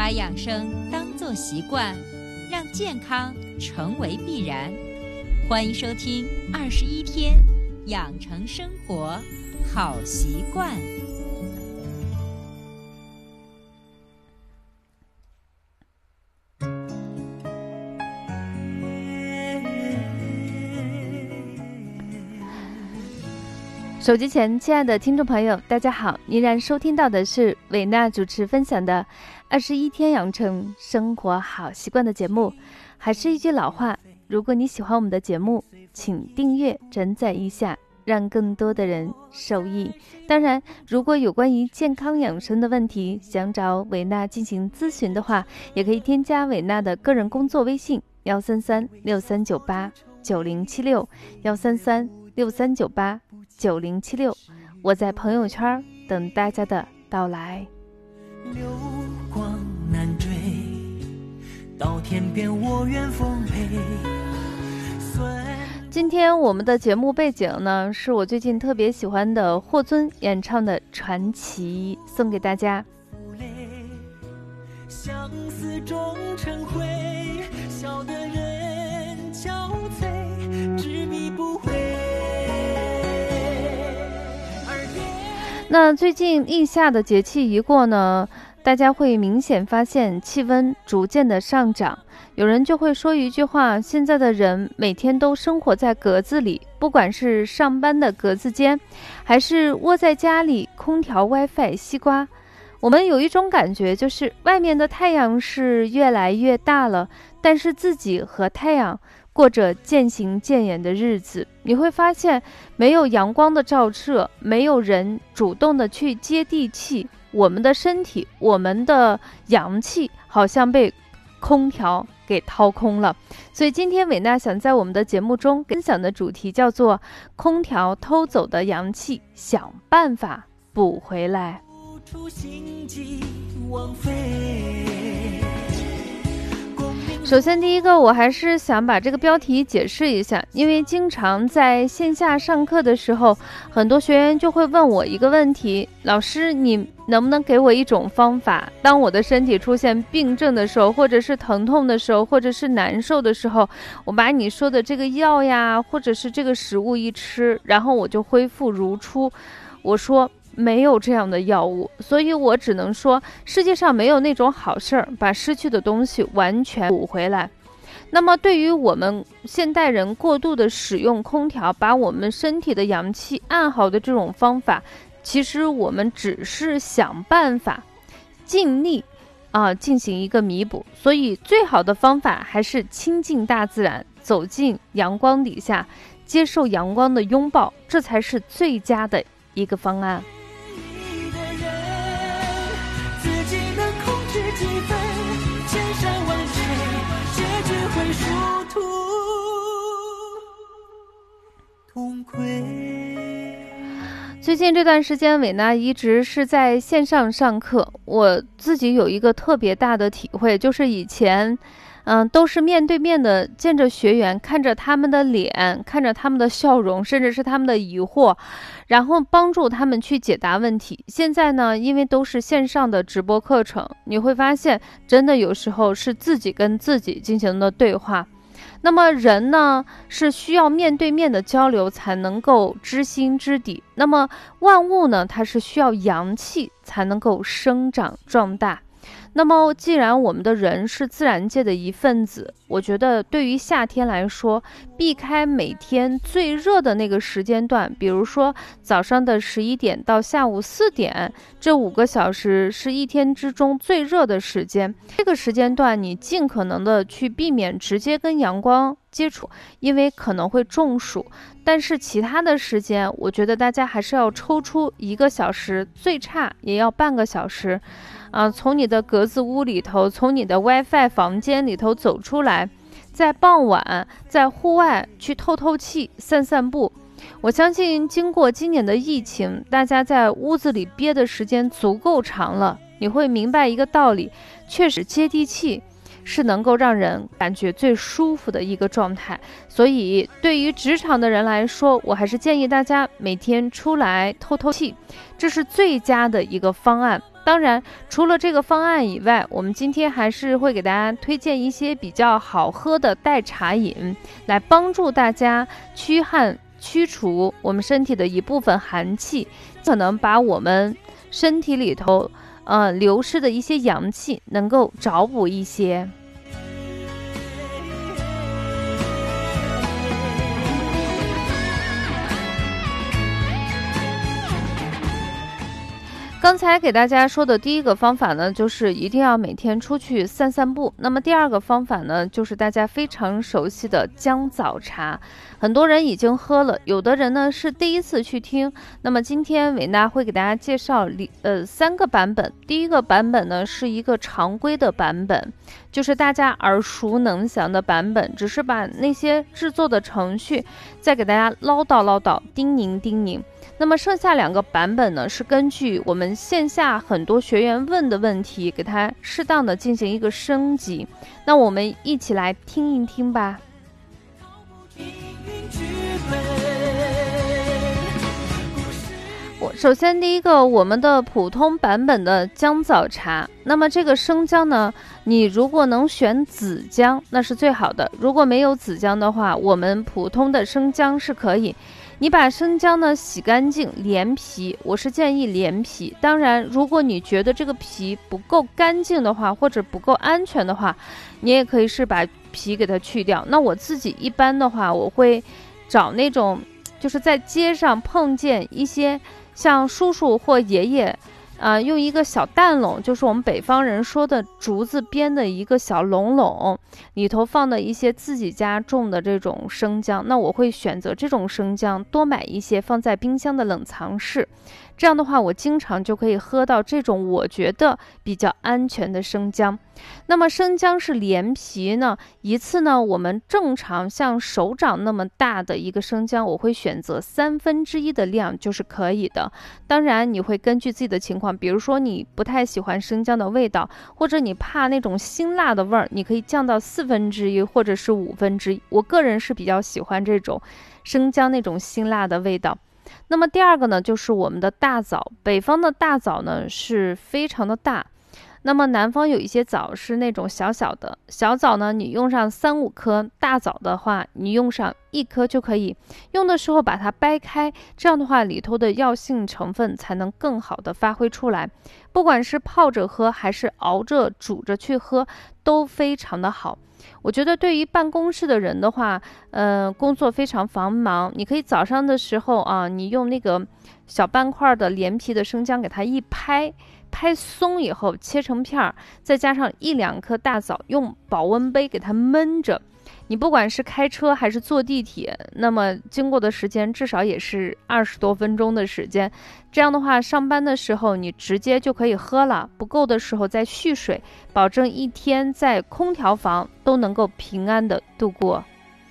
把养生当作习惯，让健康成为必然。欢迎收听21天养成生活好习惯。 手机前亲爱的听众朋友，大家好，依然收听到的是伟娜主持分享的21天养成生活好习惯的节目。还是一句老话，如果你喜欢我们的节目，请订阅转载一下，让更多的人受益。当然，如果有关于健康养生的问题想找伟娜进行咨询的话，也可以添加伟娜的个人工作微信13363989076 13363989076，我在朋友圈等大家的到来。 流光难追，到天边我愿奉陪。 今天我们的节目背景呢，是我最近特别喜欢的霍尊演唱的《传奇》，送给大家。 相思中成灰，笑得人憔悴，执迷不悔。 那最近立夏的节气一过呢，大家会明显发现气温逐渐的上涨。有人就会说一句话，现在的人每天都生活在格子里，不管是上班的格子间，还是窝在家里空调 WiFi 西瓜，我们有一种感觉，就是外面的太阳是越来越大了，但是自己和太阳过着渐行渐远的日子。你会发现，没有阳光的照射，没有人主动的去接地气，我们的身体，我们的阳气好像被空调给掏空了。所以今天伟娜想在我们的节目中分享的主题叫做空调偷走的阳气，想办法补回来。首先第一个，我还是想把这个标题解释一下，因为经常在线下上课的时候，很多学员就会问我一个问题，老师你能不能给我一种方法，当我的身体出现病症的时候，或者是疼痛的时候，或者是难受的时候，我把你说的这个药呀，或者是这个食物一吃，然后我就恢复如初。我说没有这样的药物，所以我只能说世界上没有那种好事儿，把失去的东西完全补回来。那么对于我们现代人过度的使用空调，把我们身体的阳气按好的这种方法，其实我们只是想办法尽力进行一个弥补。所以最好的方法还是亲近大自然，走进阳光底下，接受阳光的拥抱，这才是最佳的一个方案。最近这段时间，伟娜一直是在线上上课。我自己有一个特别大的体会，就是以前都是面对面的见着学员，看着他们的脸，看着他们的笑容，甚至是他们的疑惑，然后帮助他们去解答问题。现在呢，因为都是线上的直播课程，你会发现真的有时候是自己跟自己进行的对话。那么人呢，是需要面对面的交流才能够知心知底。那么万物呢，它是需要阳气才能够生长壮大。那么既然我们的人是自然界的一份子，我觉得对于夏天来说，避开每天最热的那个时间段，比如说早上的11点到下午4点，这5个小时是一天之中最热的时间。这个时间段你尽可能的去避免直接跟阳光接触，因为可能会中暑。但是其他的时间，我觉得大家还是要抽出1个小时，最差也要半个小时从你的格子屋里头，从你的 WiFi 房间里头走出来，在傍晚在户外去透透气，散散步。我相信经过今年的疫情，大家在屋子里憋的时间足够长了，你会明白一个道理，确实接地气是能够让人感觉最舒服的一个状态。所以对于职场的人来说，我还是建议大家每天出来透透气，这是最佳的一个方案。 当然，除了这个方案以外，我们今天还是会给大家推荐一些比较好喝的代茶饮，来帮助大家驱汗、驱除我们身体的一部分寒气，可能把我们身体里头流失的一些阳气能够找补一些。刚才给大家说的第一个方法呢，就是一定要每天出去散散步。那么第二个方法呢，就是大家非常熟悉的姜枣茶。很多人已经喝了，有的人呢是第一次去听。那么今天伟娜会给大家介绍3个版本。第一个版本呢是一个常规的版本，就是大家耳熟能详的版本，只是把那些制作的程序再给大家唠叨、叮咛。那么剩下2个版本呢，是根据我们线下很多学员问的问题，给它适当的进行一个升级。那我们一起来听一听吧。首先第一个，我们的普通版本的姜枣茶。那么这个生姜呢，你如果能选紫姜，那是最好的。如果没有紫姜的话，我们普通的生姜是可以。你把生姜呢洗干净，连皮，我是建议连皮。当然，如果你觉得这个皮不够干净的话，或者不够安全的话，你也可以是把皮给它去掉。那我自己一般的话，我会找那种就是在街上碰见一些像叔叔或爷爷用一个小蛋笼，就是我们北方人说的竹子编的一个小笼，里头放的一些自己家种的这种生姜。那我会选择这种生姜，多买一些放在冰箱的冷藏室。这样的话，我经常就可以喝到这种我觉得比较安全的生姜。那么生姜是连皮呢，一次呢，我们正常像手掌那么大的一个生姜，我会选择1/3的量就是可以的。当然你会根据自己的情况，比如说你不太喜欢生姜的味道，或者你怕那种辛辣的味儿，你可以降到1/4或者是1/5。我个人是比较喜欢这种生姜那种辛辣的味道。那么第二个呢，就是我们的大枣。北方的大枣呢是非常的大，那么南方有一些枣是那种小小的。小枣呢，你用上3-5颗，大枣的话，你用上1颗就可以。用的时候把它掰开，这样的话里头的药性成分才能更好的发挥出来。不管是泡着喝还是熬着煮着去喝，都非常的好。我觉得对于办公室的人的话，工作非常繁忙，你可以早上的时候啊，你用那个小半块的连皮的生姜给它一拍松以后，切成片儿，再加上1-2颗大枣，用保温杯给它焖着。你不管是开车还是坐地铁，那么经过的时间至少也是20多分钟的时间。这样的话，上班的时候你直接就可以喝了，不够的时候再续水，保证一天在空调房都能够平安的度过。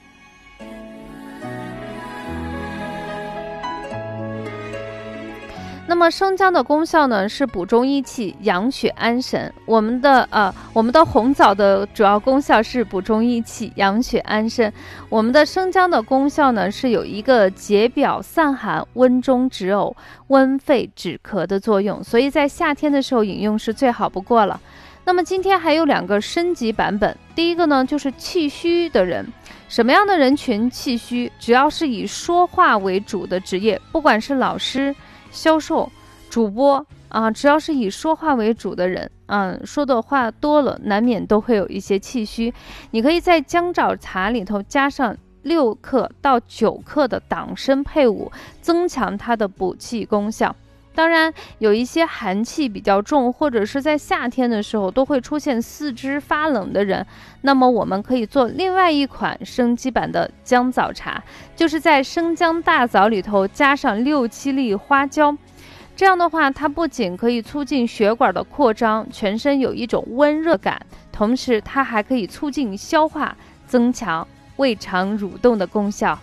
那么生姜的功效呢，是补中益气、养血安神。我们的红枣的主要功效是补中益气、养血安神。我们的生姜的功效呢，是有一个解表散寒、温中止呕、温肺止咳的作用，所以在夏天的时候饮用是最好不过了。那么今天还有2个升级版本。第一个呢，就是气虚的人。什么样的人群气虚？只要是以说话为主的职业，不管是老师、销售、主播只要是以说话为主的人说的话多了，难免都会有一些气虚。你可以在姜枣茶里头加上6克到9克的党参配伍，增强它的补气功效。当然有一些寒气比较重，或者是在夏天的时候都会出现四肢发冷的人，那么我们可以做另外一款升级版的姜枣茶，就是在生姜大枣里头加上6-7粒花椒。这样的话，它不仅可以促进血管的扩张，全身有一种温热感，同时它还可以促进消化，增强胃肠蠕动的功效。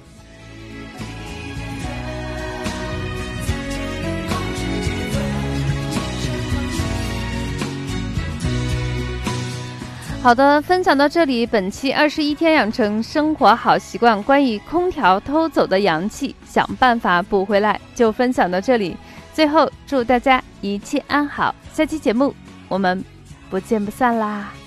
好的，分享到这里，本期21天养成生活好习惯，关于空调偷走的阳气，想办法补回来，就分享到这里。 最后祝大家一切安好，下期节目我们不见不散啦。